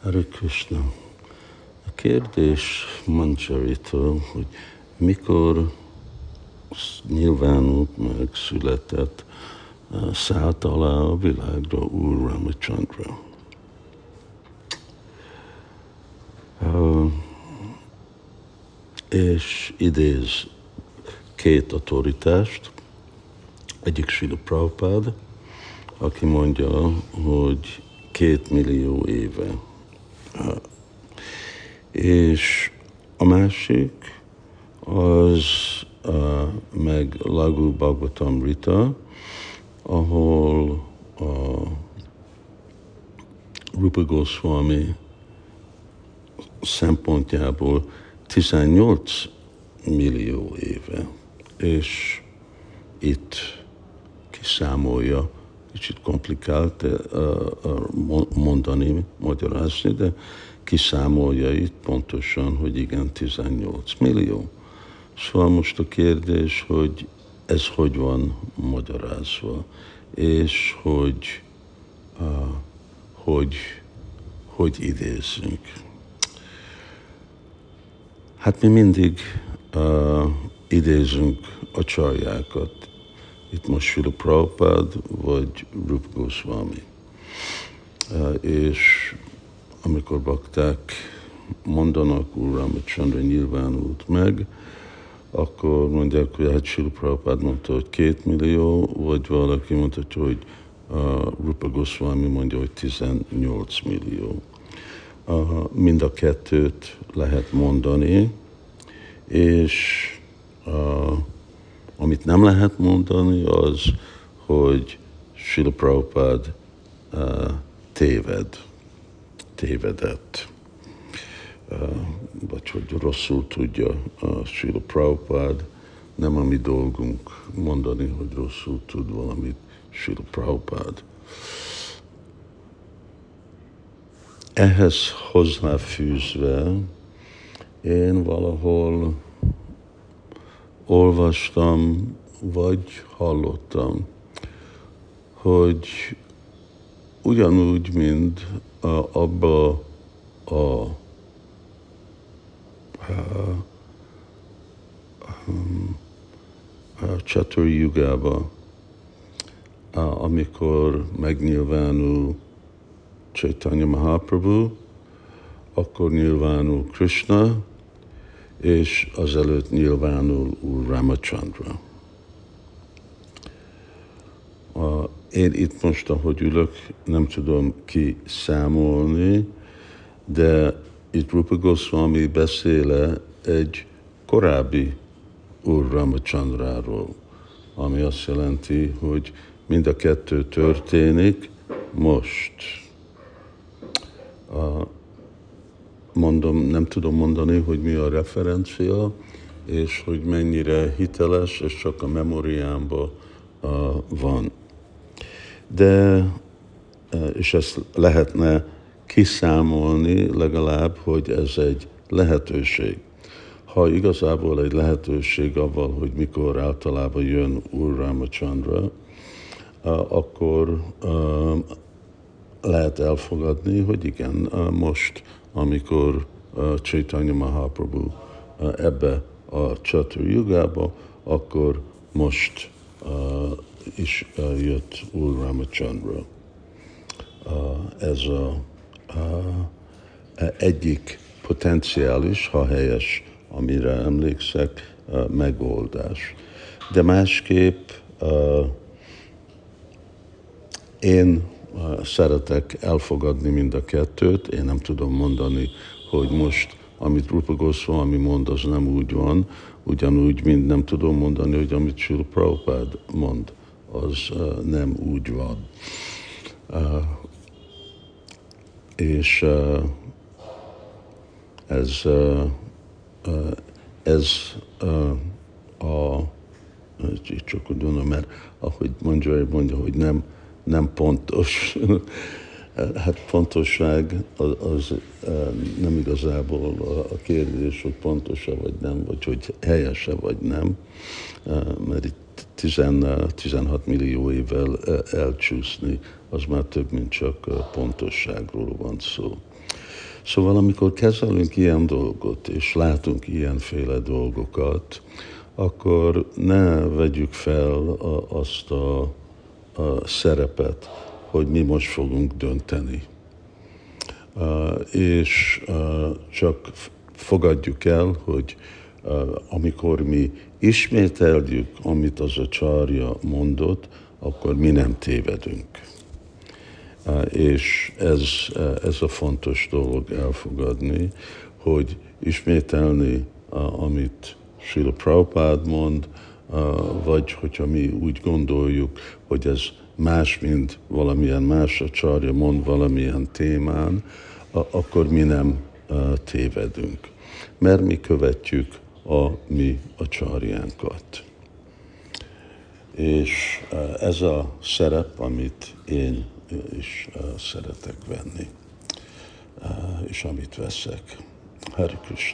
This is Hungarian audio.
Hare Krishna. A kérdés Manjaritól, hogy mikor nyilvánult meg, született, szállt alá a világra Úr Ramachandra. És idéz két autoritást, egyik Srila Prabhupád, aki mondja, hogy 2 millió éve. És a másik az meg Laghu Bhagavatamrita, ahol a Rupa Goswami szempontjából 18 millió éve, és itt kiszámolja, kicsit komplikált mondani, magyarázni, de kiszámolja itt pontosan, hogy igen, 18 millió. Szóval most a kérdés, hogy ez hogy van magyarázva, és hogy idézzünk. Hát mi mindig idézünk a csarjákat. Itt most Srila Prabhupád vagy Rupa Goswami. És amikor bakták mondanak, Úr Ramachandra nyilvánult meg, akkor mondják, hogy hát Srila Prabhupád mondta, hogy 2 millió, vagy valaki mondta, hogy Rupa Goswami mondja, hogy 18 millió. Mind a kettőt lehet mondani, és amit nem lehet mondani, az, hogy Srila Prabhupád tévedett, vagy hogy rosszul tudja Srila Prabhupád, nem a mi dolgunk mondani, hogy rosszul tud valamit Srila Prabhupád. Ehhez hozzáfűzve én valahol olvastam, vagy hallottam, hogy ugyanúgy, mint abba a Chatur Yugába, amikor megnyilvánul Chaitanya Mahaprabhu, akkor nyilvánul Krishna, és azelőtt nyilvánul Úr Ramachandra. Én itt most, ahogy ülök, nem tudom kiszámolni, de itt Rupa Goswami beszéle egy korábbi Úr Ramachandráról, ami azt jelenti, hogy mind a kettő történik most. Nem tudom mondani, hogy mi a referencia, és hogy mennyire hiteles, és csak a memóriámban van. De, és ezt lehetne kiszámolni legalább, hogy ez egy lehetőség. Ha igazából egy lehetőség avval, hogy mikor általában jön Úr Ramachandra, akkor lehet elfogadni, hogy igen, most, amikor Chaitanya Mahaprabhu ebbe a Chatur Yugába, akkor most is jött Úr Ramachandra. Ez egyik potenciális, ha helyes, amire emlékszek, megoldás. De másképp én szeretek elfogadni mind a kettőt, én nem tudom mondani, hogy most, amit Rupa Goswami mond, az nem úgy van, ugyanúgy, mint nem tudom mondani, hogy amit Srila Prabhupád mond, az nem úgy van. És ez csak úgy mondom, mert ahogy mondja, hogy nem pontos. Hát pontosság az nem igazából a kérdés, hogy pontos-e vagy nem, vagy hogy helyes-e vagy nem, mert itt 16 millió évvel elcsúszni, az már több, mint csak pontosságról van szó. Szóval amikor kezelünk ilyen dolgot, és látunk ilyenféle dolgokat, akkor ne vegyük fel azt a szerepet, hogy mi most fogunk dönteni. És csak fogadjuk el, hogy amikor mi ismételjük, amit az acharya mondott, akkor mi nem tévedünk. És ez a fontos dolog elfogadni, hogy ismételni, amit Srila Prabhupád mond, vagy hogyha mi úgy gondoljuk, hogy ez más, mint valamilyen más acharya mond valamilyen témán, akkor mi nem tévedünk. Mert mi követjük a mi acsaryánkat. És ez a szerep, amit én is szeretek venni, és amit veszek. Hare Krishna.